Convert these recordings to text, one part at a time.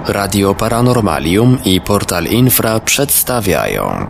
Radio Paranormalium i Portal Infra przedstawiają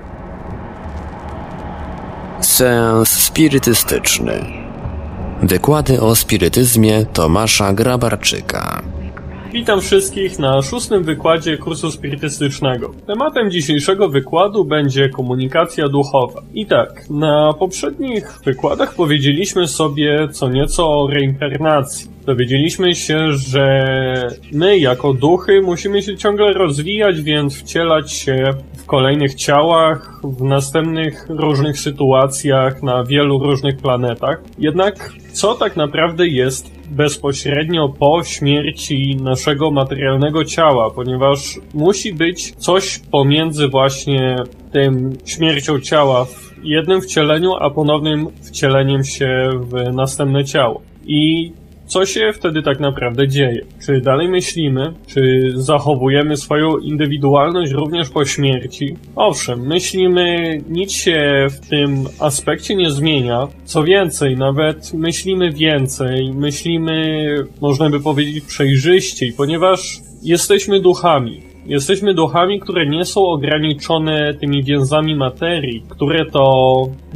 seans spirytystyczny. Wykłady o spirytyzmie Tomasza Grabarczyka. Witam wszystkich na 6. wykładzie kursu spirytystycznego. Tematem dzisiejszego wykładu będzie komunikacja duchowa. I tak, na poprzednich wykładach powiedzieliśmy sobie co nieco o reinkarnacji. Dowiedzieliśmy się, że my jako duchy musimy się ciągle rozwijać, więc wcielać się w kolejnych ciałach, w następnych różnych sytuacjach, na wielu różnych planetach. Jednak co tak naprawdę jest bezpośrednio po śmierci naszego materialnego ciała, ponieważ musi być coś pomiędzy właśnie tym śmiercią ciała w jednym wcieleniu, a ponownym wcieleniem się w następne ciało. I co się wtedy tak naprawdę dzieje? Czy dalej myślimy? Czy zachowujemy swoją indywidualność również po śmierci? Owszem, myślimy, nic się w tym aspekcie nie zmienia. Co więcej, nawet myślimy więcej, myślimy, można by powiedzieć, przejrzyściej, ponieważ jesteśmy duchami. Jesteśmy duchami, które nie są ograniczone tymi więzami materii, które to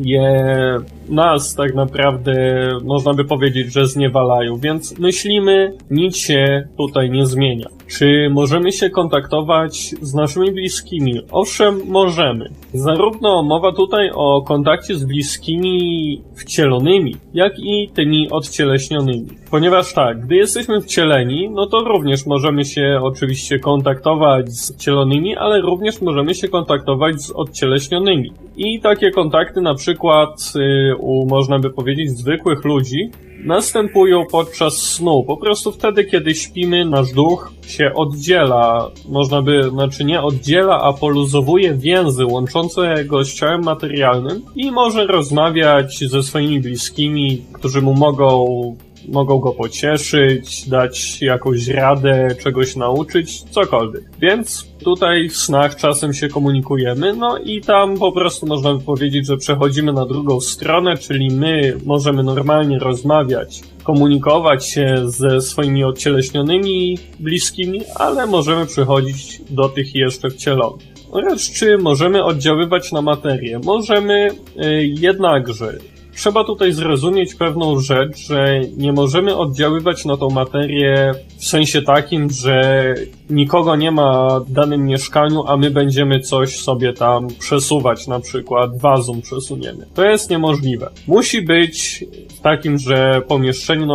nas tak naprawdę, można by powiedzieć, że zniewalają, więc myślimy, nic się tutaj nie zmienia. Czy możemy się kontaktować z naszymi bliskimi? Owszem, możemy. Zarówno mowa tutaj o kontakcie z bliskimi wcielonymi, jak i tymi odcieleśnionymi. Ponieważ tak, gdy jesteśmy wcieleni, no to również możemy się oczywiście kontaktować z wcielonymi, ale również możemy się kontaktować z odcieleśnionymi. I takie kontakty na przykład u, można by powiedzieć, zwykłych ludzi następują podczas snu. Po prostu wtedy, kiedy śpimy, nasz duch się oddziela, nie oddziela, a poluzowuje więzy łączące go z ciałem materialnym i może rozmawiać ze swoimi bliskimi, którzy mu mogą go pocieszyć, dać jakąś radę, czegoś nauczyć, cokolwiek. Więc tutaj w snach czasem się komunikujemy, no i tam po prostu można by powiedzieć, że przechodzimy na drugą stronę, czyli my możemy normalnie rozmawiać, komunikować się ze swoimi odcieleśnionymi bliskimi, ale możemy przychodzić do tych jeszcze wcielonych. Oraz czy możemy oddziaływać na materię? Możemy, jednakże trzeba tutaj zrozumieć pewną rzecz, że nie możemy oddziaływać na tą materię w sensie takim, że nikogo nie ma w danym mieszkaniu, a my będziemy coś sobie tam przesuwać, na przykład wazą przesuniemy. To jest niemożliwe. Musi być w takim, że pomieszczeniu,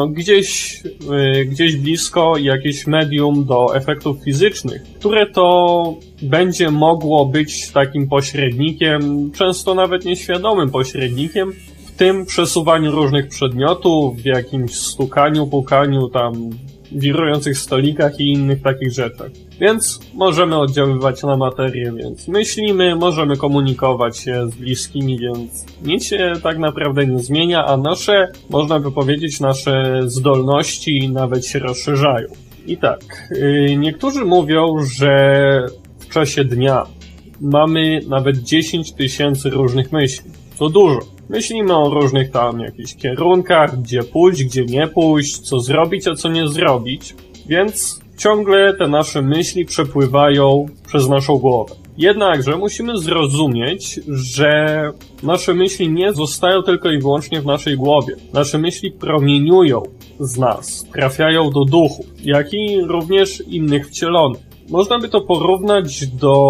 gdzieś blisko jakieś medium do efektów fizycznych, które to będzie mogło być takim pośrednikiem, często nawet nieświadomym pośrednikiem, w tym przesuwaniu różnych przedmiotów, w jakimś stukaniu, pukaniu, tam wirujących stolikach i innych takich rzeczach. Więc możemy oddziaływać na materię, więc myślimy, możemy komunikować się z bliskimi, więc nic się tak naprawdę nie zmienia, a można by powiedzieć, nasze zdolności nawet się rozszerzają. I tak, niektórzy mówią, że w czasie dnia mamy nawet 10 000 różnych myśli. To dużo. Myślimy o różnych tam jakichś kierunkach, gdzie pójść, gdzie nie pójść, co zrobić, a co nie zrobić, więc ciągle te nasze myśli przepływają przez naszą głowę. Jednakże musimy zrozumieć, że nasze myśli nie zostają tylko i wyłącznie w naszej głowie. Nasze myśli promieniują z nas, trafiają do duchów, jak i również innych wcielonych. Można by to porównać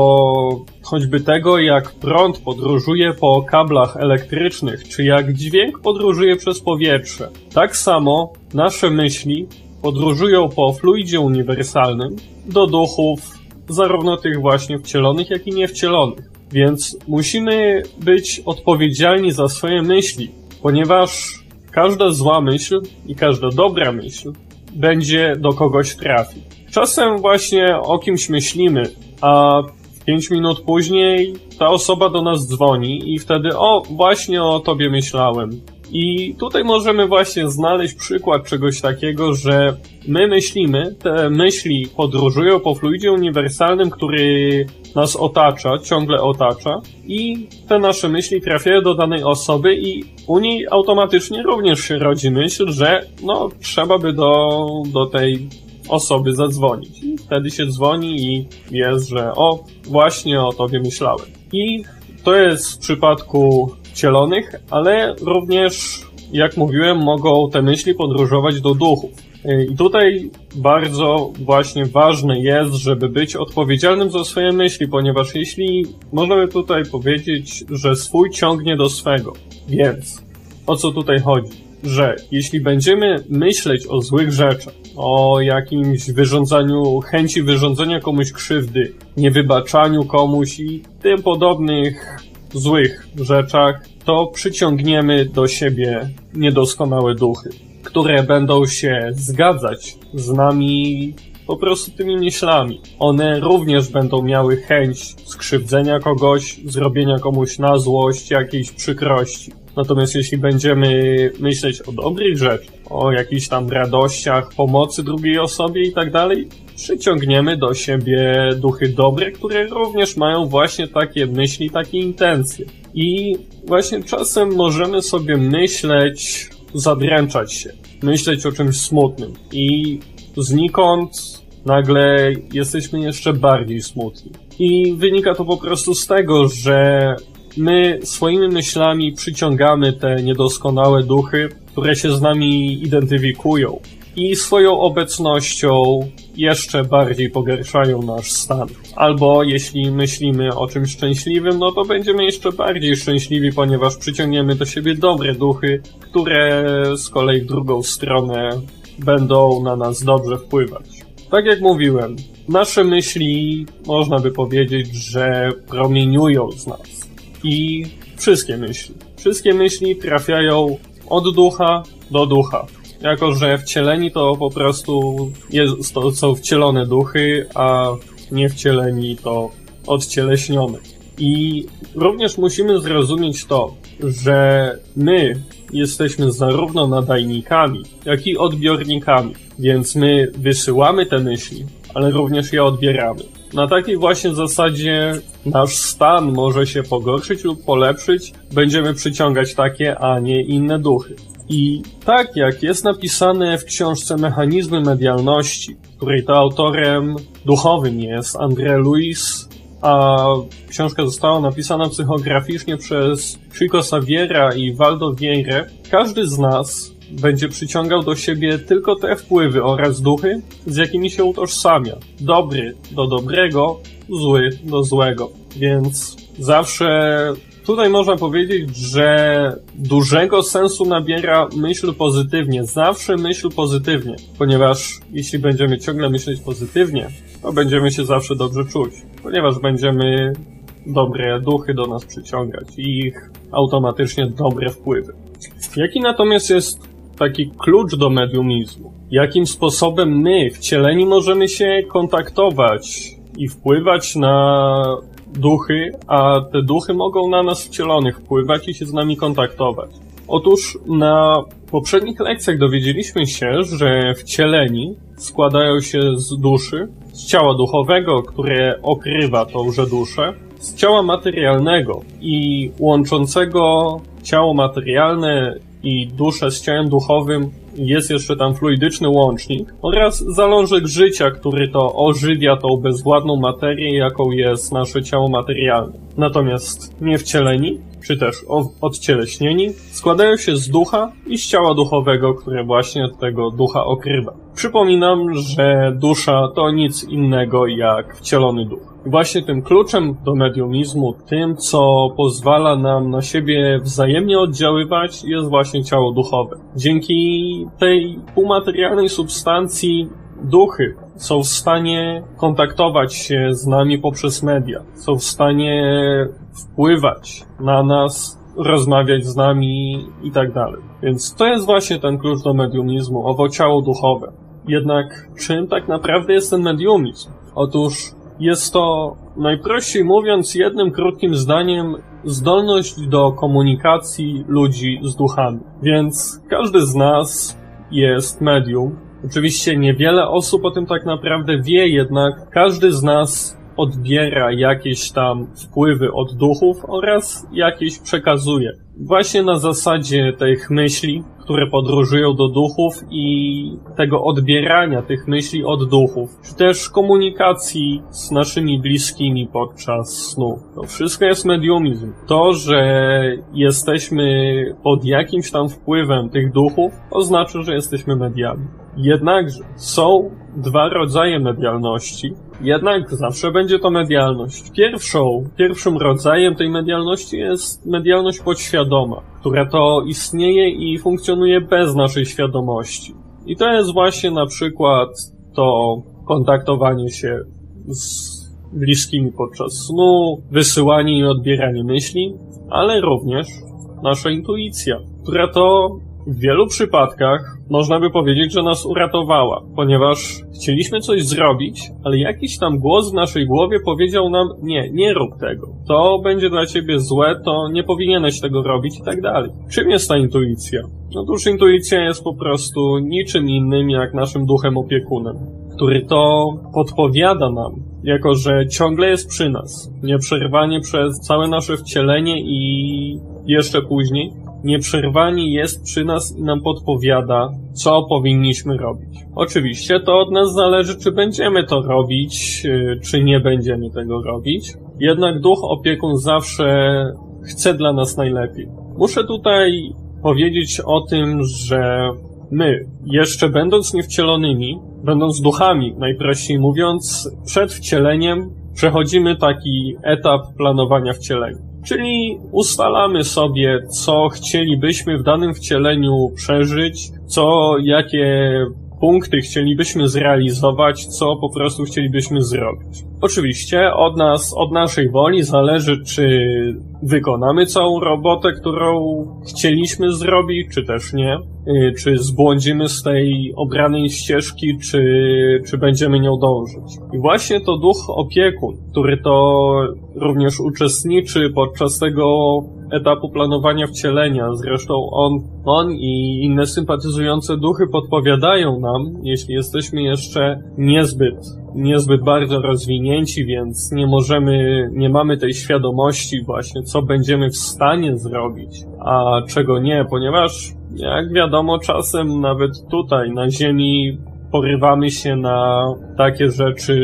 do choćby tego, jak prąd podróżuje po kablach elektrycznych, czy jak dźwięk podróżuje przez powietrze. Tak samo nasze myśli podróżują po fluidzie uniwersalnym do duchów, zarówno tych właśnie wcielonych, jak i niewcielonych. Więc musimy być odpowiedzialni za swoje myśli, ponieważ każda zła myśl i każda dobra myśl będzie do kogoś trafi. Czasem właśnie o kimś myślimy, a 5 minut później ta osoba do nas dzwoni i wtedy właśnie o tobie myślałem. I tutaj możemy właśnie znaleźć przykład czegoś takiego, że my myślimy, te myśli podróżują po fluidzie uniwersalnym, który nas otacza, ciągle otacza i te nasze myśli trafiają do danej osoby i u niej automatycznie również się rodzi myśl, że trzeba by do tej osoby zadzwonić. I wtedy się dzwoni i jest, że właśnie o tobie myślałem. I to jest w przypadku wcielonych, ale również, jak mówiłem, mogą te myśli podróżować do duchów. I tutaj bardzo właśnie ważne jest, żeby być odpowiedzialnym za swoje myśli, ponieważ jeśli możemy tutaj powiedzieć, że swój ciągnie do swego. Więc o co tutaj chodzi? Że jeśli będziemy myśleć o złych rzeczach, o jakimś chęci wyrządzenia komuś krzywdy, niewybaczaniu komuś i tym podobnych złych rzeczach, to przyciągniemy do siebie niedoskonałe duchy, które będą się zgadzać z nami po prostu tymi myślami. One również będą miały chęć skrzywdzenia kogoś, zrobienia komuś na złość, jakiejś przykrości. Natomiast jeśli będziemy myśleć o dobrych rzeczach, o jakichś tam radościach, pomocy drugiej osobie i tak dalej, przyciągniemy do siebie duchy dobre, które również mają właśnie takie myśli, takie intencje. I właśnie czasem możemy sobie myśleć, zadręczać się, myśleć o czymś smutnym i znikąd nagle jesteśmy jeszcze bardziej smutni. I wynika to po prostu z tego, że my swoimi myślami przyciągamy te niedoskonałe duchy, które się z nami identyfikują i swoją obecnością jeszcze bardziej pogarszają nasz stan. Albo jeśli myślimy o czymś szczęśliwym, no to będziemy jeszcze bardziej szczęśliwi, ponieważ przyciągniemy do siebie dobre duchy, które z kolei w drugą stronę będą na nas dobrze wpływać. Tak jak mówiłem, nasze myśli, można by powiedzieć, że promieniują z nas. I wszystkie myśli trafiają od ducha do ducha. Jako że wcieleni to po prostu są wcielone duchy, a niewcieleni to odcieleśnione. I również musimy zrozumieć to, że my jesteśmy zarówno nadajnikami, jak i odbiornikami. Więc my wysyłamy te myśli, ale również je odbieramy. Na takiej właśnie zasadzie nasz stan może się pogorszyć lub polepszyć, będziemy przyciągać takie, a nie inne duchy. I tak jak jest napisane w książce Mechanizmy Medialności, której to autorem duchowym jest André Luiz, a książka została napisana psychograficznie przez Chico Xaviera i Waldo Vieira, każdy z nas będzie przyciągał do siebie tylko te wpływy oraz duchy, z jakimi się utożsamia. Dobry do dobrego, zły do złego. Więc zawsze tutaj można powiedzieć, że dużego sensu nabiera myśl pozytywnie. Zawsze myśl pozytywnie. Ponieważ jeśli będziemy ciągle myśleć pozytywnie, to będziemy się zawsze dobrze czuć. Ponieważ będziemy dobre duchy do nas przyciągać i ich automatycznie dobre wpływy. Jaki natomiast jest taki klucz do mediumizmu? Jakim sposobem my, wcieleni, możemy się kontaktować i wpływać na duchy, a te duchy mogą na nas wcielonych wpływać i się z nami kontaktować? Otóż na poprzednich lekcjach dowiedzieliśmy się, że wcieleni składają się z duszy, z ciała duchowego, które okrywa tąże duszę, z ciała materialnego i łączącego ciało materialne i duszę z ciałem duchowym jest jeszcze tam fluidyczny łącznik oraz zalążek życia, który to ożywia tą bezwładną materię, jaką jest nasze ciało materialne. Natomiast niewcieleni, czy też odcieleśnieni, składają się z ducha i z ciała duchowego, które właśnie tego ducha okrywa. Przypominam, że dusza to nic innego jak wcielony duch. Właśnie tym kluczem do mediumizmu, tym co pozwala nam na siebie wzajemnie oddziaływać, jest właśnie ciało duchowe. Dzięki tej półmaterialnej substancji duchy są w stanie kontaktować się z nami poprzez media, są w stanie wpływać na nas, rozmawiać z nami i tak dalej. Więc to jest właśnie ten klucz do mediumizmu, owo ciało duchowe. Jednak czym tak naprawdę jest ten mediumizm? Otóż jest to, najprościej mówiąc, jednym krótkim zdaniem, zdolność do komunikacji ludzi z duchami. Więc każdy z nas jest medium. Oczywiście niewiele osób o tym tak naprawdę wie, jednak każdy z nas odbiera jakieś tam wpływy od duchów oraz jakieś przekazuje. Właśnie na zasadzie tych myśli, które podróżują do duchów i tego odbierania tych myśli od duchów, czy też komunikacji z naszymi bliskimi podczas snu. To wszystko jest mediumizm. To, że jesteśmy pod jakimś tam wpływem tych duchów, oznacza, że jesteśmy mediami. Jednakże są dwa rodzaje medialności, jednak zawsze będzie to medialność. Pierwszym rodzajem tej medialności jest medialność podświadoma, która to istnieje i funkcjonuje bez naszej świadomości. I to jest właśnie na przykład to kontaktowanie się z bliskimi podczas snu, wysyłanie i odbieranie myśli, ale również nasza intuicja, która to w wielu przypadkach można by powiedzieć, że nas uratowała, ponieważ chcieliśmy coś zrobić, ale jakiś tam głos w naszej głowie powiedział nam, nie rób tego, to będzie dla ciebie złe, to nie powinieneś tego robić i tak dalej. Czym jest ta intuicja? Otóż intuicja jest po prostu niczym innym jak naszym duchem opiekunem, który to podpowiada nam, jako że ciągle jest przy nas, nieprzerwanie przez całe nasze wcielenie i jeszcze później, nieprzerwanie jest przy nas i nam podpowiada, co powinniśmy robić. Oczywiście to od nas zależy, czy będziemy to robić, czy nie będziemy tego robić. Jednak duch opiekun zawsze chce dla nas najlepiej. Muszę tutaj powiedzieć o tym, że my, jeszcze będąc niewcielonymi, będąc duchami, najprościej mówiąc, przed wcieleniem przechodzimy taki etap planowania wcielenia. Czyli ustalamy sobie, co chcielibyśmy w danym wcieleniu przeżyć, jakie punkty chcielibyśmy zrealizować, co po prostu chcielibyśmy zrobić. Oczywiście od naszej woli zależy, czy wykonamy całą robotę, którą chcieliśmy zrobić, czy też nie. Czy zbłądzimy z tej obranej ścieżki, czy będziemy nią dążyć. I właśnie to duch opiekun, który to również uczestniczy podczas tego etapu planowania wcielenia. Zresztą on i inne sympatyzujące duchy podpowiadają nam, jeśli jesteśmy jeszcze niezbyt bardzo rozwinięci, więc nie mamy tej świadomości właśnie, co będziemy w stanie zrobić, a czego nie, ponieważ jak wiadomo, czasem nawet tutaj na Ziemi porywamy się na takie rzeczy,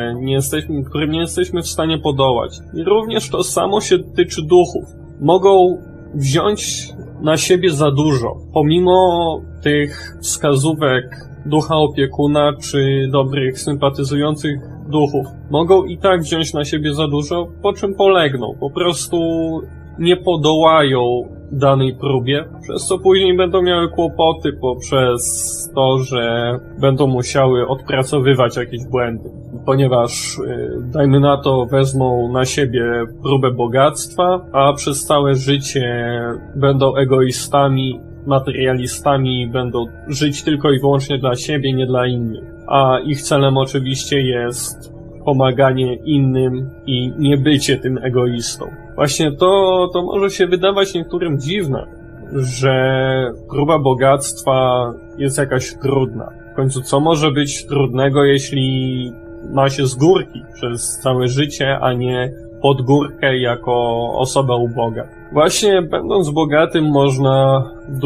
którym nie jesteśmy w stanie podołać. I również to samo się tyczy duchów. Mogą wziąć na siebie za dużo, pomimo tych wskazówek ducha opiekuna czy dobrych, sympatyzujących duchów. Mogą i tak wziąć na siebie za dużo, po czym polegną. Po prostu nie podołają danej próbie, przez co później będą miały kłopoty poprzez to, że będą musiały odpracowywać jakieś błędy. Ponieważ, dajmy na to, wezmą na siebie próbę bogactwa, a przez całe życie będą egoistami, materialistami, będą żyć tylko i wyłącznie dla siebie, nie dla innych. A ich celem oczywiście jest pomaganie innym i nie bycie tym egoistą. Właśnie to może się wydawać niektórym dziwne, że próba bogactwa jest jakaś trudna. W końcu co może być trudnego, jeśli ma się z górki przez całe życie, a nie pod górkę jako osoba uboga. Właśnie będąc bogatym można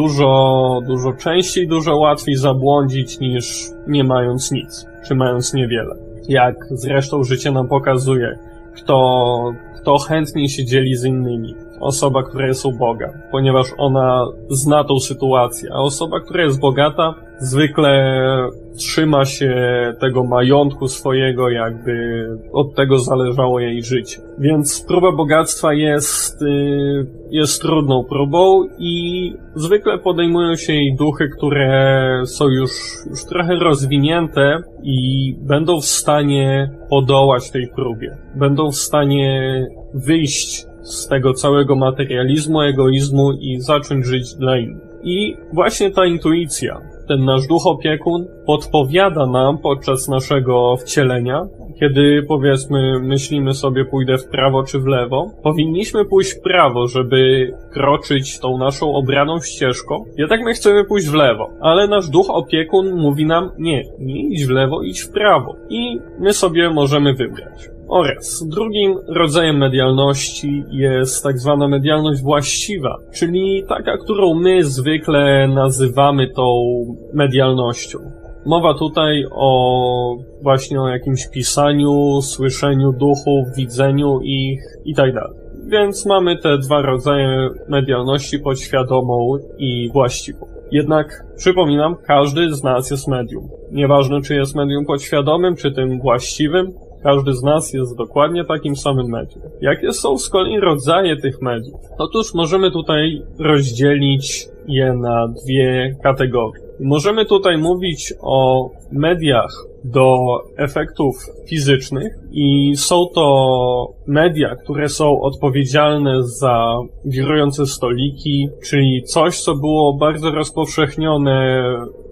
dużo częściej, dużo łatwiej zabłądzić niż nie mając nic, czy mając niewiele. Jak zresztą życie nam pokazuje, kto chętniej się dzieli z innymi. Osoba, która jest uboga, ponieważ ona zna tą sytuację, a osoba, która jest bogata, zwykle trzyma się tego majątku swojego, jakby od tego zależało jej życie. Więc próba bogactwa jest trudną próbą i zwykle podejmują się jej duchy, które są już trochę rozwinięte i będą w stanie podołać tej próbie. Będą w stanie wyjść z tego całego materializmu, egoizmu i zacząć żyć dla innych. I właśnie ta intuicja, ten nasz duch opiekun podpowiada nam podczas naszego wcielenia, kiedy powiedzmy myślimy sobie pójdę w prawo czy w lewo, powinniśmy pójść w prawo, żeby kroczyć tą naszą obraną ścieżką. Jednak my chcemy pójść w lewo, ale nasz duch opiekun mówi nam nie idź w lewo, idź w prawo. I my sobie możemy wybrać. Oraz drugim rodzajem medialności jest tak zwana medialność właściwa, czyli taka, którą my zwykle nazywamy tą medialnością. Mowa tutaj właśnie o jakimś pisaniu, słyszeniu duchów, widzeniu ich itd. Więc mamy te dwa rodzaje medialności, podświadomą i właściwą. Jednak, przypominam, każdy z nas jest medium. Nieważne, czy jest medium podświadomym, czy tym właściwym, każdy z nas jest dokładnie takim samym medium. Jakie są z kolei rodzaje tych mediów? Otóż możemy tutaj rozdzielić je na dwie kategorie. Możemy tutaj mówić o mediach do efektów fizycznych i są to media, które są odpowiedzialne za wirujące stoliki, czyli coś, co było bardzo rozpowszechnione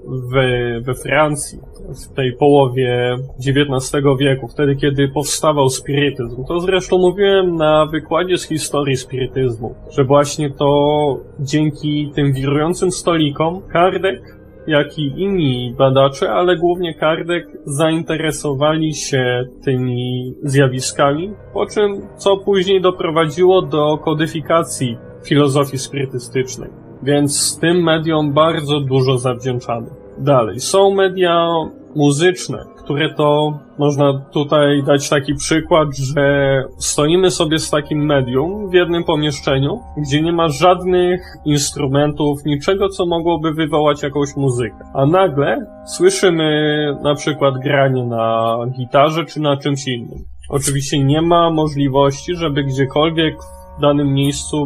we Francji w tej połowie XIX wieku, wtedy kiedy powstawał spirytyzm. To zresztą mówiłem na wykładzie z historii spirytyzmu, że właśnie to dzięki tym wirującym stolikom Kardec, jak i inni badacze, ale głównie Kardec, zainteresowali się tymi zjawiskami, po czym co później doprowadziło do kodyfikacji filozofii spirytystycznej. Więc tym mediom bardzo dużo zawdzięczamy. Dalej, są media muzyczne, które to można tutaj dać taki przykład, że stoimy sobie z takim medium w jednym pomieszczeniu, gdzie nie ma żadnych instrumentów, niczego, co mogłoby wywołać jakąś muzykę. A nagle słyszymy na przykład granie na gitarze czy na czymś innym. Oczywiście nie ma możliwości, żeby gdziekolwiek w danym miejscu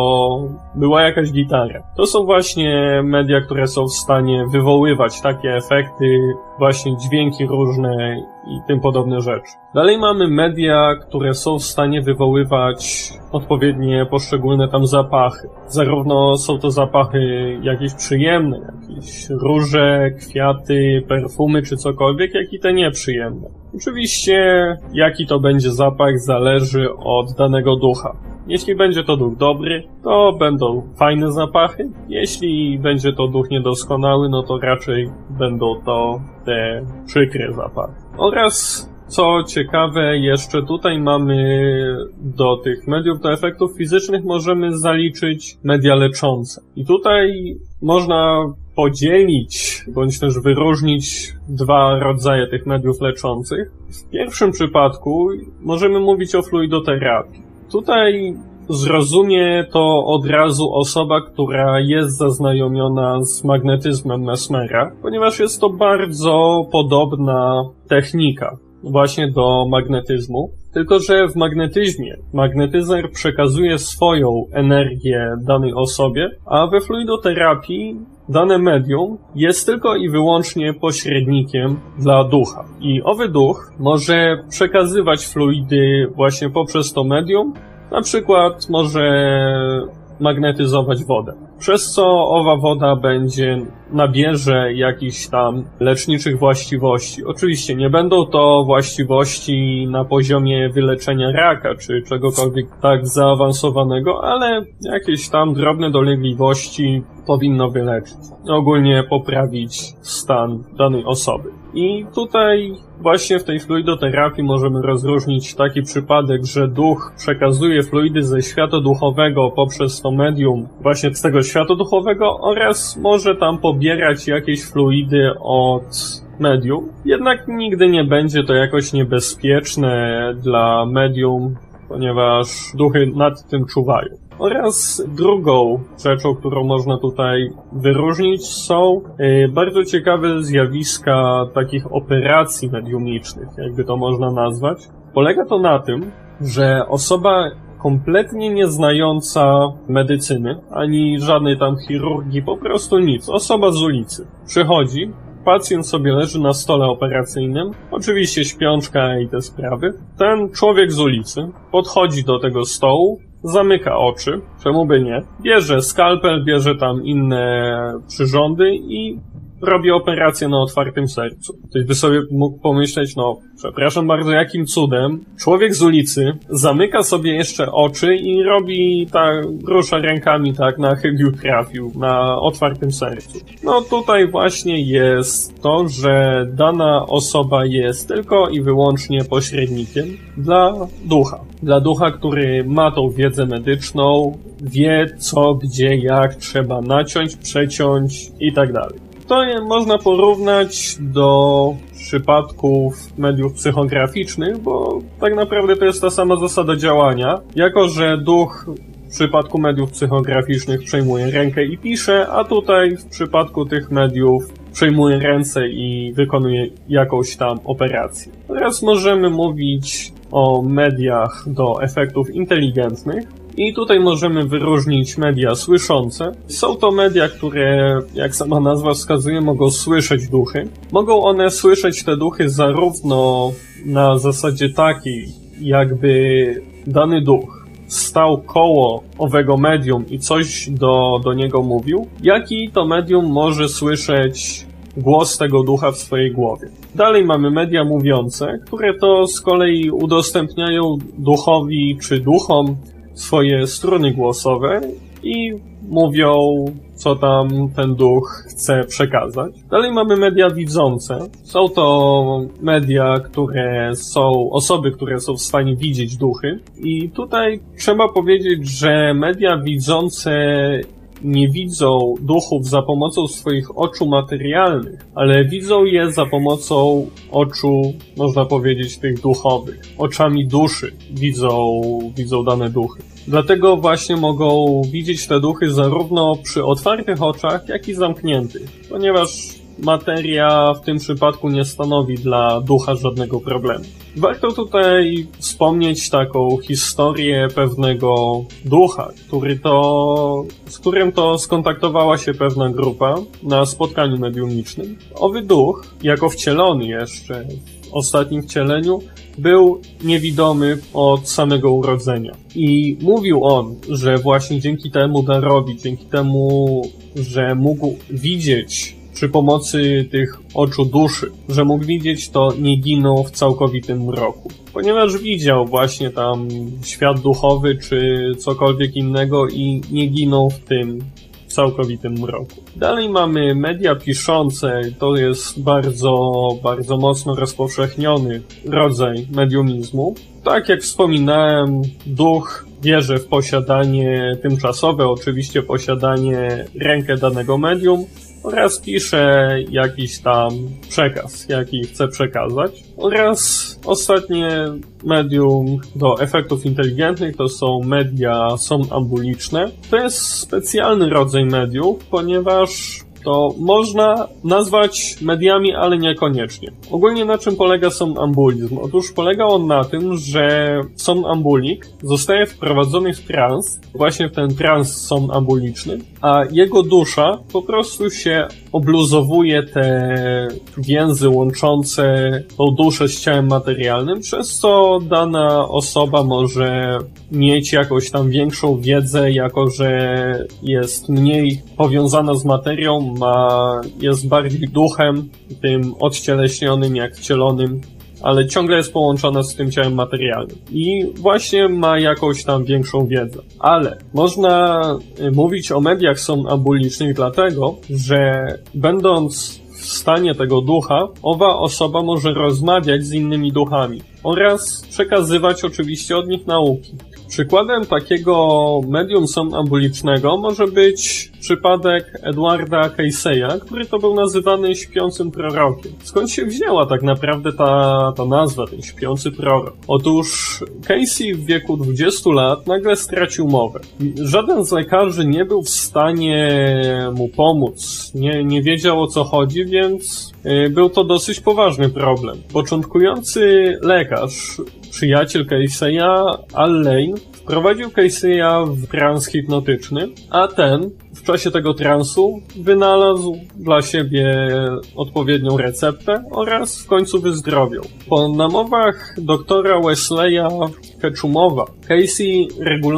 była jakaś gitara. To są właśnie media, które są w stanie wywoływać takie efekty, właśnie dźwięki różne i tym podobne rzeczy. Dalej mamy media, które są w stanie wywoływać odpowiednie poszczególne tam zapachy. Zarówno są to zapachy jakieś przyjemne, jakieś róże, kwiaty, perfumy czy cokolwiek, jak i te nieprzyjemne. Oczywiście jaki to będzie zapach zależy od danego ducha. Jeśli będzie to duch dobry, to będą fajne zapachy. Jeśli będzie to duch niedoskonały, no to raczej będą to te przykre zapachy. Oraz, co ciekawe, jeszcze tutaj mamy do tych mediów, do efektów fizycznych możemy zaliczyć media leczące. I tutaj można podzielić, bądź też wyróżnić dwa rodzaje tych mediów leczących. W pierwszym przypadku możemy mówić o fluidoterapii. Tutaj zrozumie to od razu osoba, która jest zaznajomiona z magnetyzmem Mesmera, ponieważ jest to bardzo podobna technika właśnie do magnetyzmu, tylko że w magnetyzmie magnetyzer przekazuje swoją energię danej osobie, a we fluidoterapii dane medium jest tylko i wyłącznie pośrednikiem dla ducha. I owy duch może przekazywać fluidy właśnie poprzez to medium, na przykład może magnetyzować wodę. Przez co owa woda nabierze jakichś tam leczniczych właściwości. Oczywiście nie będą to właściwości na poziomie wyleczenia raka, czy czegokolwiek tak zaawansowanego, ale jakieś tam drobne dolegliwości powinno wyleczyć. Ogólnie poprawić stan danej osoby. I tutaj właśnie w tej fluidoterapii możemy rozróżnić taki przypadek, że duch przekazuje fluidy ze świata duchowego poprzez to medium właśnie z tego świata duchowego oraz może tam pobierać jakieś fluidy od medium. Jednak nigdy nie będzie to jakoś niebezpieczne dla medium, ponieważ duchy nad tym czuwają. Oraz drugą rzeczą, którą można tutaj wyróżnić, są bardzo ciekawe zjawiska takich operacji mediumicznych, jakby to można nazwać. Polega to na tym, że osoba kompletnie nieznająca medycyny, ani żadnej tam chirurgii, po prostu nic, osoba z ulicy, przychodzi, pacjent sobie leży na stole operacyjnym, oczywiście śpiączka i te sprawy. Ten człowiek z ulicy podchodzi do tego stołu, zamyka oczy, czemu by nie, bierze skalpel, bierze tam inne przyrządy i robi operację na otwartym sercu. Ktoś by sobie mógł pomyśleć, no, przepraszam bardzo, jakim cudem człowiek z ulicy zamyka sobie jeszcze oczy i robi tak, rusza rękami tak, na chybił trafił, na otwartym sercu. No tutaj właśnie jest to, że dana osoba jest tylko i wyłącznie pośrednikiem dla ducha. Dla ducha, który ma tą wiedzę medyczną, wie co, gdzie, jak trzeba naciąć, przeciąć i tak dalej. To można porównać do przypadków mediów psychograficznych, bo tak naprawdę to jest ta sama zasada działania. Jako że duch w przypadku mediów psychograficznych przejmuje rękę i pisze, a tutaj w przypadku tych mediów przejmuje ręce i wykonuje jakąś tam operację. Teraz możemy mówić o mediach do efektów inteligentnych. I tutaj możemy wyróżnić media słyszące. Są to media, które, jak sama nazwa wskazuje, mogą słyszeć duchy. Mogą one słyszeć te duchy zarówno na zasadzie takiej, jakby dany duch stał koło owego medium i coś do niego mówił, jak i to medium może słyszeć głos tego ducha w swojej głowie. Dalej mamy media mówiące, które to z kolei udostępniają duchowi czy duchom swoje struny głosowe i mówią, co tam ten duch chce przekazać. Dalej mamy media widzące. Są to media, osoby, które są w stanie widzieć duchy. I tutaj trzeba powiedzieć, że media widzące nie widzą duchów za pomocą swoich oczu materialnych, ale widzą je za pomocą oczu, można powiedzieć, tych duchowych. Oczami duszy widzą dane duchy. Dlatego właśnie mogą widzieć te duchy zarówno przy otwartych oczach, jak i zamkniętych, ponieważ materia w tym przypadku nie stanowi dla ducha żadnego problemu. Warto tutaj wspomnieć taką historię pewnego ducha, z którym to skontaktowała się pewna grupa na spotkaniu mediumicznym. Owy duch, jako wcielony jeszcze w ostatnim wcieleniu, był niewidomy od samego urodzenia. I mówił on, że właśnie dzięki temu darowi, dzięki temu, że mógł widzieć przy pomocy tych oczu duszy, że mógł widzieć, to nie ginął w całkowitym mroku. Ponieważ widział właśnie tam świat duchowy czy cokolwiek innego i nie ginął w tym całkowitym mroku. Dalej mamy media piszące, to jest bardzo, bardzo mocno rozpowszechniony rodzaj mediumizmu. Tak jak wspominałem, duch wierzy w posiadanie tymczasowe, oczywiście posiadanie rękę danego medium, oraz pisze jakiś tam przekaz, jaki chce przekazać. Oraz ostatnie medium do efektów inteligentnych to są media somnambuliczne. To jest specjalny rodzaj mediów, ponieważ to można nazwać mediami, ale niekoniecznie. Ogólnie na czym polega somnambulizm? Otóż polega on na tym, że somnambulik zostaje wprowadzony w trans, właśnie w ten trans somnambuliczny, a jego dusza po prostu się obluzowuje te więzy łączące tą duszę z ciałem materialnym, przez co dana osoba może mieć jakąś tam większą wiedzę, jako że jest mniej powiązana z materią, jest bardziej duchem, tym odcieleśnionym jak wcielonym, ale ciągle jest połączona z tym ciałem materialnym. I właśnie ma jakąś tam większą wiedzę. Ale można mówić o mediach somnambulicznych dlatego, że będąc w stanie tego ducha, owa osoba może rozmawiać z innymi duchami oraz przekazywać oczywiście od nich nauki. Przykładem takiego medium somnambulicznego może być przypadek Edwarda Casey'a, który to był nazywany śpiącym prorokiem. Skąd się wzięła tak naprawdę ta nazwa, ten śpiący prorok? Otóż Casey w wieku 20 lat nagle stracił mowę. Żaden z lekarzy nie był w stanie mu pomóc, nie wiedział o co chodzi, więc był to dosyć poważny problem. Początkujący lekarz, przyjaciel Casey'a, Al Lane, wprowadził Casey'a w trans hipnotyczny, a ten w czasie tego transu wynalazł dla siebie odpowiednią receptę oraz w końcu wyzdrowiał. Po namowach doktora Wesleya Ketchumowa, Casey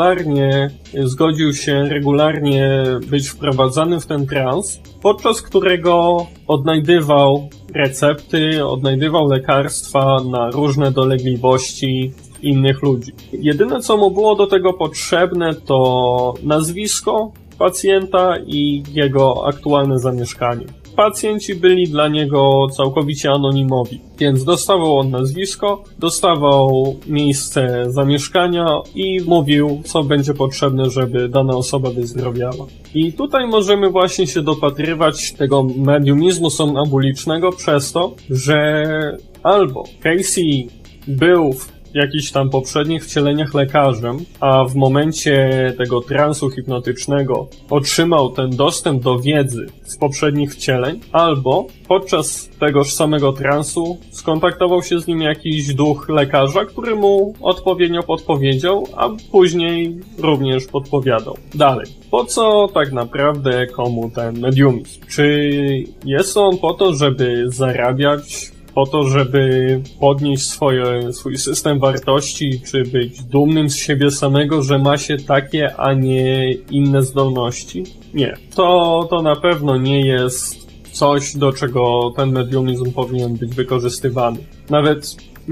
zgodził się regularnie być wprowadzany w ten trans, podczas którego odnajdywał recepty, odnajdywał lekarstwa na różne dolegliwości innych ludzi. Jedyne, co mu było do tego potrzebne, to nazwisko pacjenta i jego aktualne zamieszkanie. Pacjenci byli dla niego całkowicie anonimowi, więc dostawał on nazwisko, dostawał miejsce zamieszkania i mówił, co będzie potrzebne, żeby dana osoba wyzdrowiała. I tutaj możemy właśnie się dopatrywać tego mediumizmu somnambulicznego przez to, że albo Casey był w jakichś tam poprzednich wcieleniach lekarzem, a w momencie tego transu hipnotycznego otrzymał ten dostęp do wiedzy z poprzednich wcieleń, albo podczas tegoż samego transu skontaktował się z nim jakiś duch lekarza, który mu odpowiednio podpowiedział, a później również podpowiadał. Dalej. Po co tak naprawdę komu ten mediumizm? Czy jest on po to, żeby zarabiać, po to, żeby podnieść swój system wartości, czy być dumnym z siebie samego, że ma się takie, a nie inne zdolności? Nie. To na pewno nie jest coś, do czego ten mediumizm powinien być wykorzystywany. Nawet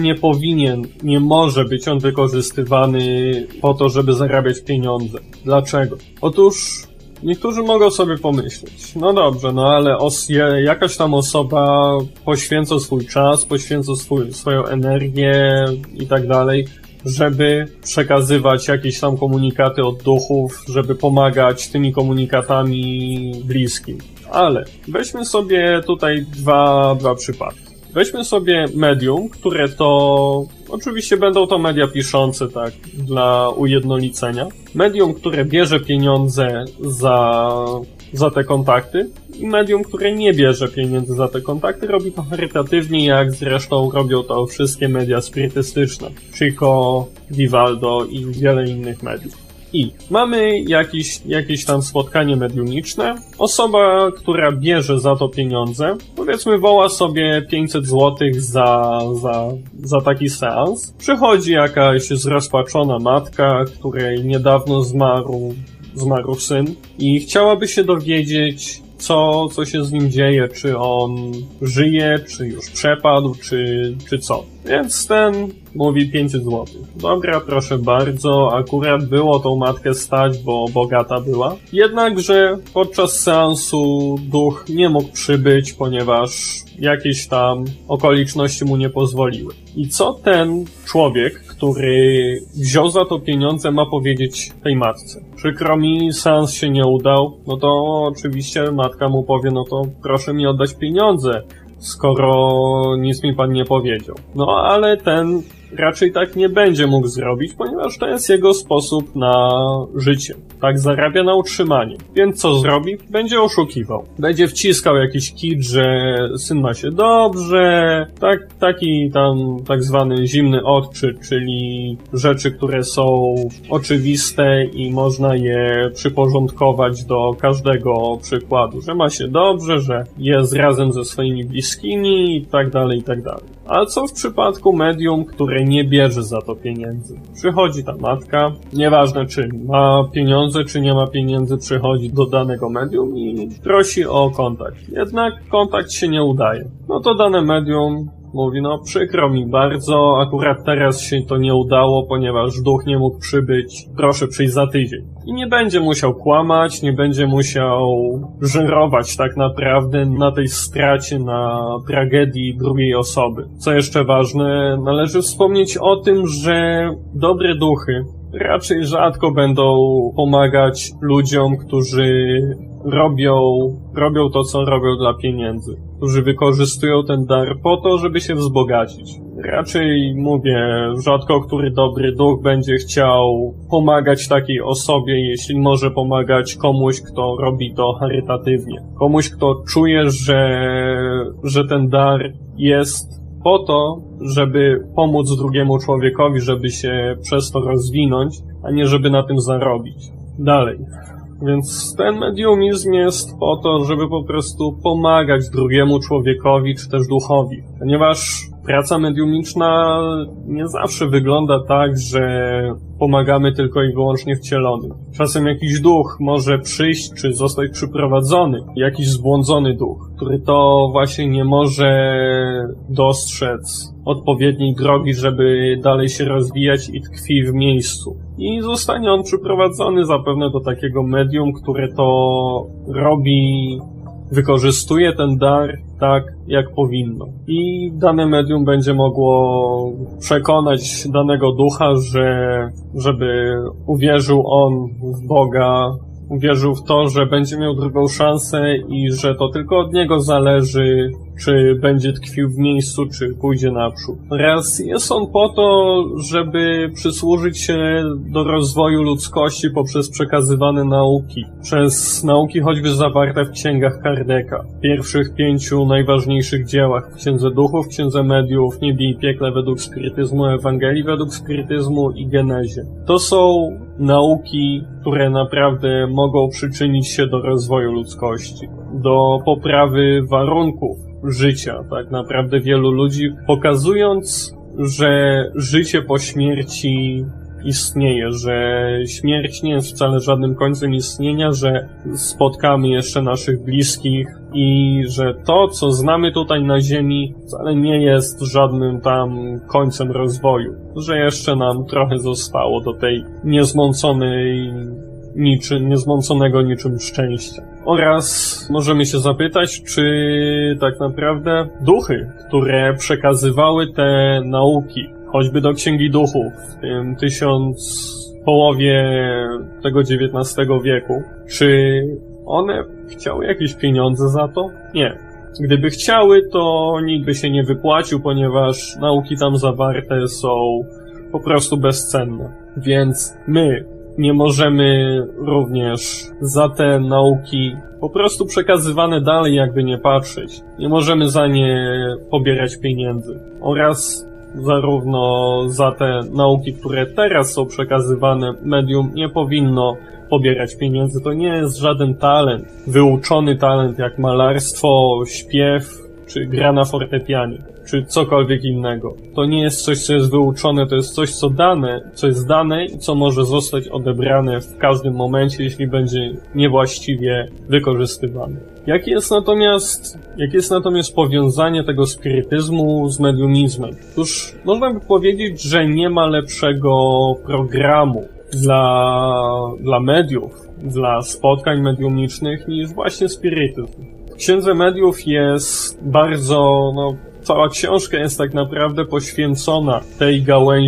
nie może być on wykorzystywany po to, żeby zarabiać pieniądze. Dlaczego? Otóż niektórzy mogą sobie pomyśleć, no dobrze, no ale jakaś tam osoba poświęca swój czas, poświęca swoją energię i tak dalej, żeby przekazywać jakieś tam komunikaty od duchów, żeby pomagać tymi komunikatami bliskim. Ale weźmy sobie tutaj dwa przypadki. Weźmy sobie medium, które to... Oczywiście będą to media piszące, tak, dla ujednolicenia. Medium, które bierze pieniądze za te kontakty i medium, które nie bierze pieniędzy za te kontakty, robi to charytatywnie, jak zresztą robią to wszystkie media spirytystyczne. Chico, Vivaldo i wiele innych mediów. I mamy jakieś tam spotkanie mediumiczne. Osoba, która bierze za to pieniądze, powiedzmy woła sobie 500 zł za taki seans. Przychodzi jakaś zrozpaczona matka, której niedawno zmarł syn i chciałaby się dowiedzieć, co się z nim dzieje, czy on żyje, czy już przepadł, czy co. Więc ten mówi 500 zł. Dobra, proszę bardzo, akurat było tą matkę stać, bo bogata była. Jednakże podczas seansu duch nie mógł przybyć, ponieważ jakieś tam okoliczności mu nie pozwoliły. I co ten człowiek, który wziął za to pieniądze, ma powiedzieć tej matce? Przykro mi, seans się nie udał, no to oczywiście matka mu powie, no to proszę mi oddać pieniądze, skoro nic mi pan nie powiedział. No ale ten raczej tak nie będzie mógł zrobić, ponieważ to jest jego sposób na życie. Tak zarabia na utrzymanie. Więc co zrobi? Będzie oszukiwał. Będzie wciskał jakiś kit, że syn ma się dobrze, taki tam tak zwany zimny odczyt, czyli rzeczy, które są oczywiste i można je przyporządkować do każdego przykładu, że ma się dobrze, że jest razem ze swoimi bliskimi i tak dalej, i tak dalej. A co w przypadku medium, które nie bierze za to pieniędzy? Przychodzi ta matka, nieważne czy ma pieniądze, czy nie ma pieniędzy, przychodzi do danego medium i prosi o kontakt. Jednak kontakt się nie udaje. No to dane medium mówi, no przykro mi bardzo, akurat teraz się to nie udało, ponieważ duch nie mógł przybyć, proszę przyjść za tydzień. I nie będzie musiał kłamać, nie będzie musiał żerować tak naprawdę na tej stracie, na tragedii drugiej osoby. Co jeszcze ważne, należy wspomnieć o tym, że dobre duchy raczej rzadko będą pomagać ludziom, którzy robią to, co robią dla pieniędzy. Którzy wykorzystują ten dar po to, żeby się wzbogacić. Raczej, mówię, rzadko który dobry duch będzie chciał pomagać takiej osobie, jeśli może pomagać komuś, kto robi to charytatywnie. Komuś, kto czuje, że ten dar jest po to, żeby pomóc drugiemu człowiekowi, żeby się przez to rozwinąć, a nie żeby na tym zarobić. Dalej. Więc ten mediumizm jest po to, żeby po prostu pomagać drugiemu człowiekowi czy też duchowi. Ponieważ praca mediumiczna nie zawsze wygląda tak, że pomagamy tylko i wyłącznie wcielonym. Czasem jakiś duch może przyjść czy zostać przyprowadzony, jakiś zbłądzony duch, który to właśnie nie może dostrzec odpowiedniej drogi, żeby dalej się rozwijać i tkwi w miejscu. I zostanie on przyprowadzony zapewne do takiego medium, które to robi, wykorzystuje ten dar tak, jak powinno. I dane medium będzie mogło przekonać danego ducha, żeby uwierzył on w Boga, uwierzył w to, że będzie miał drugą szansę i że to tylko od niego zależy, czy będzie tkwił w miejscu, czy pójdzie naprzód. Raz jest on po to, żeby przysłużyć się do rozwoju ludzkości poprzez przekazywane nauki. Przez nauki choćby zawarte w księgach Kardeka. Pierwszych 5 najważniejszych dziełach. W Księdze Duchów, Księdze Mediów, Niebie i Piekle według spirytyzmu, Ewangelii według spirytyzmu i Genezie. To są nauki, które naprawdę mogą przyczynić się do rozwoju ludzkości. Do poprawy warunków życia, tak naprawdę wielu ludzi, pokazując, że życie po śmierci istnieje, że śmierć nie jest wcale żadnym końcem istnienia, że spotkamy jeszcze naszych bliskich i że to, co znamy tutaj na ziemi, wcale nie jest żadnym tam końcem rozwoju, że jeszcze nam trochę zostało do tej niezmąconego niczym szczęścia. Oraz możemy się zapytać, czy tak naprawdę duchy, które przekazywały te nauki, choćby do Księgi Duchów w tym połowie tego XIX wieku, czy one chciały jakieś pieniądze za to? Nie. Gdyby chciały, to nikt by się nie wypłacił, ponieważ nauki tam zawarte są po prostu bezcenne. Więc my nie możemy również za te nauki po prostu przekazywane dalej, jakby nie patrzeć. Nie możemy za nie pobierać pieniędzy. Oraz zarówno za te nauki, które teraz są przekazywane, medium nie powinno pobierać pieniędzy. To nie jest żaden talent, wyuczony talent jak malarstwo, śpiew czy gra na fortepianie, czy cokolwiek innego. To nie jest coś, co jest wyuczone, to jest coś, co jest dane i co może zostać odebrane w każdym momencie, jeśli będzie niewłaściwie wykorzystywane. Jakie jest natomiast powiązanie tego spirytyzmu z mediumizmem? Otóż można by powiedzieć, że nie ma lepszego programu dla mediów, dla spotkań mediumicznych niż właśnie spirytyzm. W Księdze Mediów jest cała książka jest tak naprawdę poświęcona tej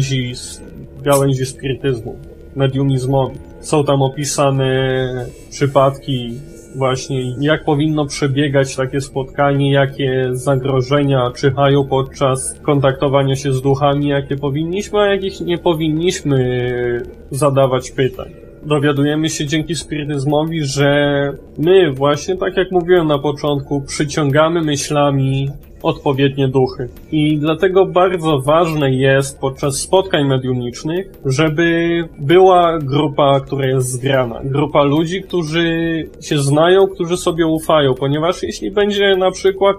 gałęzi spirytyzmu, mediumizmowi. Są tam opisane przypadki właśnie, jak powinno przebiegać takie spotkanie, jakie zagrożenia czyhają podczas kontaktowania się z duchami, jakie powinniśmy, a jakich nie powinniśmy zadawać pytań. Dowiadujemy się dzięki spirytyzmowi, że my właśnie, tak jak mówiłem na początku, przyciągamy myślami odpowiednie duchy. I dlatego bardzo ważne jest podczas spotkań mediumicznych, żeby była grupa, która jest zgrana. Grupa ludzi, którzy się znają, którzy sobie ufają, ponieważ jeśli będzie na przykład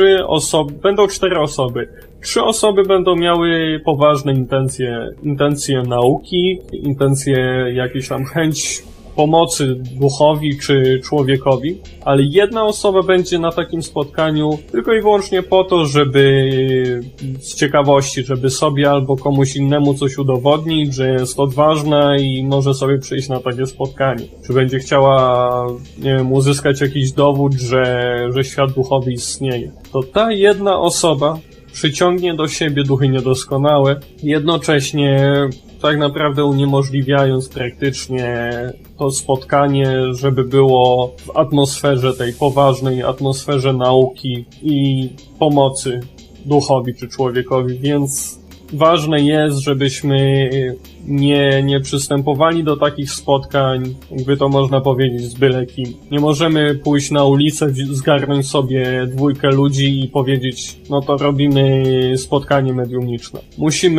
4 osoby, 3 osoby będą miały poważne intencje nauki, intencje jakieś tam chęć pomocy duchowi czy człowiekowi, ale jedna osoba będzie na takim spotkaniu tylko i wyłącznie po to, żeby z ciekawości, żeby sobie albo komuś innemu coś udowodnić, że jest odważna i może sobie przyjść na takie spotkanie. Czy będzie chciała, nie wiem, uzyskać jakiś dowód, że świat duchowy istnieje. To ta jedna osoba przyciągnie do siebie duchy niedoskonałe, jednocześnie tak naprawdę uniemożliwiając praktycznie to spotkanie, żeby było w atmosferze tej poważnej, atmosferze nauki i pomocy duchowi czy człowiekowi, więc ważne jest, żebyśmy nie przystępowali do takich spotkań, jakby to można powiedzieć, z byle kim. Nie możemy pójść na ulicę, zgarnąć sobie 2 ludzi i powiedzieć, no to robimy spotkanie mediumiczne. Musimy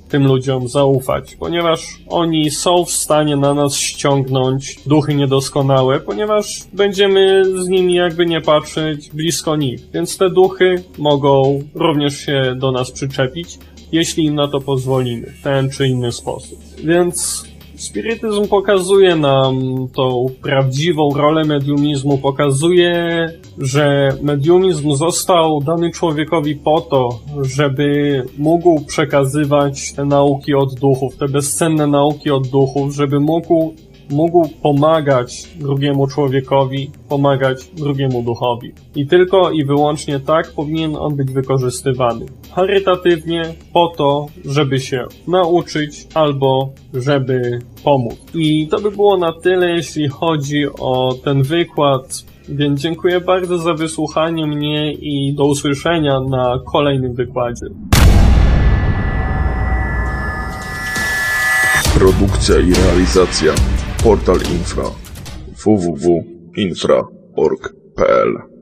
tym ludziom zaufać, ponieważ oni są w stanie na nas ściągnąć duchy niedoskonałe, ponieważ będziemy z nimi, jakby nie patrzeć, blisko nich. Więc te duchy mogą również się do nas przyczepić, jeśli im na to pozwolimy, w ten czy inny sposób. Więc spirytyzm pokazuje nam tą prawdziwą rolę mediumizmu, pokazuje, że mediumizm został dany człowiekowi po to, żeby mógł przekazywać te nauki od duchów, te bezcenne nauki od duchów, żeby mógł pomagać drugiemu człowiekowi, pomagać drugiemu duchowi. I tylko i wyłącznie tak powinien on być wykorzystywany. Charytatywnie, po to, żeby się nauczyć albo żeby pomóc. I to by było na tyle, jeśli chodzi o ten wykład. Więc dziękuję bardzo za wysłuchanie mnie i do usłyszenia na kolejnym wykładzie. Produkcja i realizacja Portal Infra www.infra.org.pl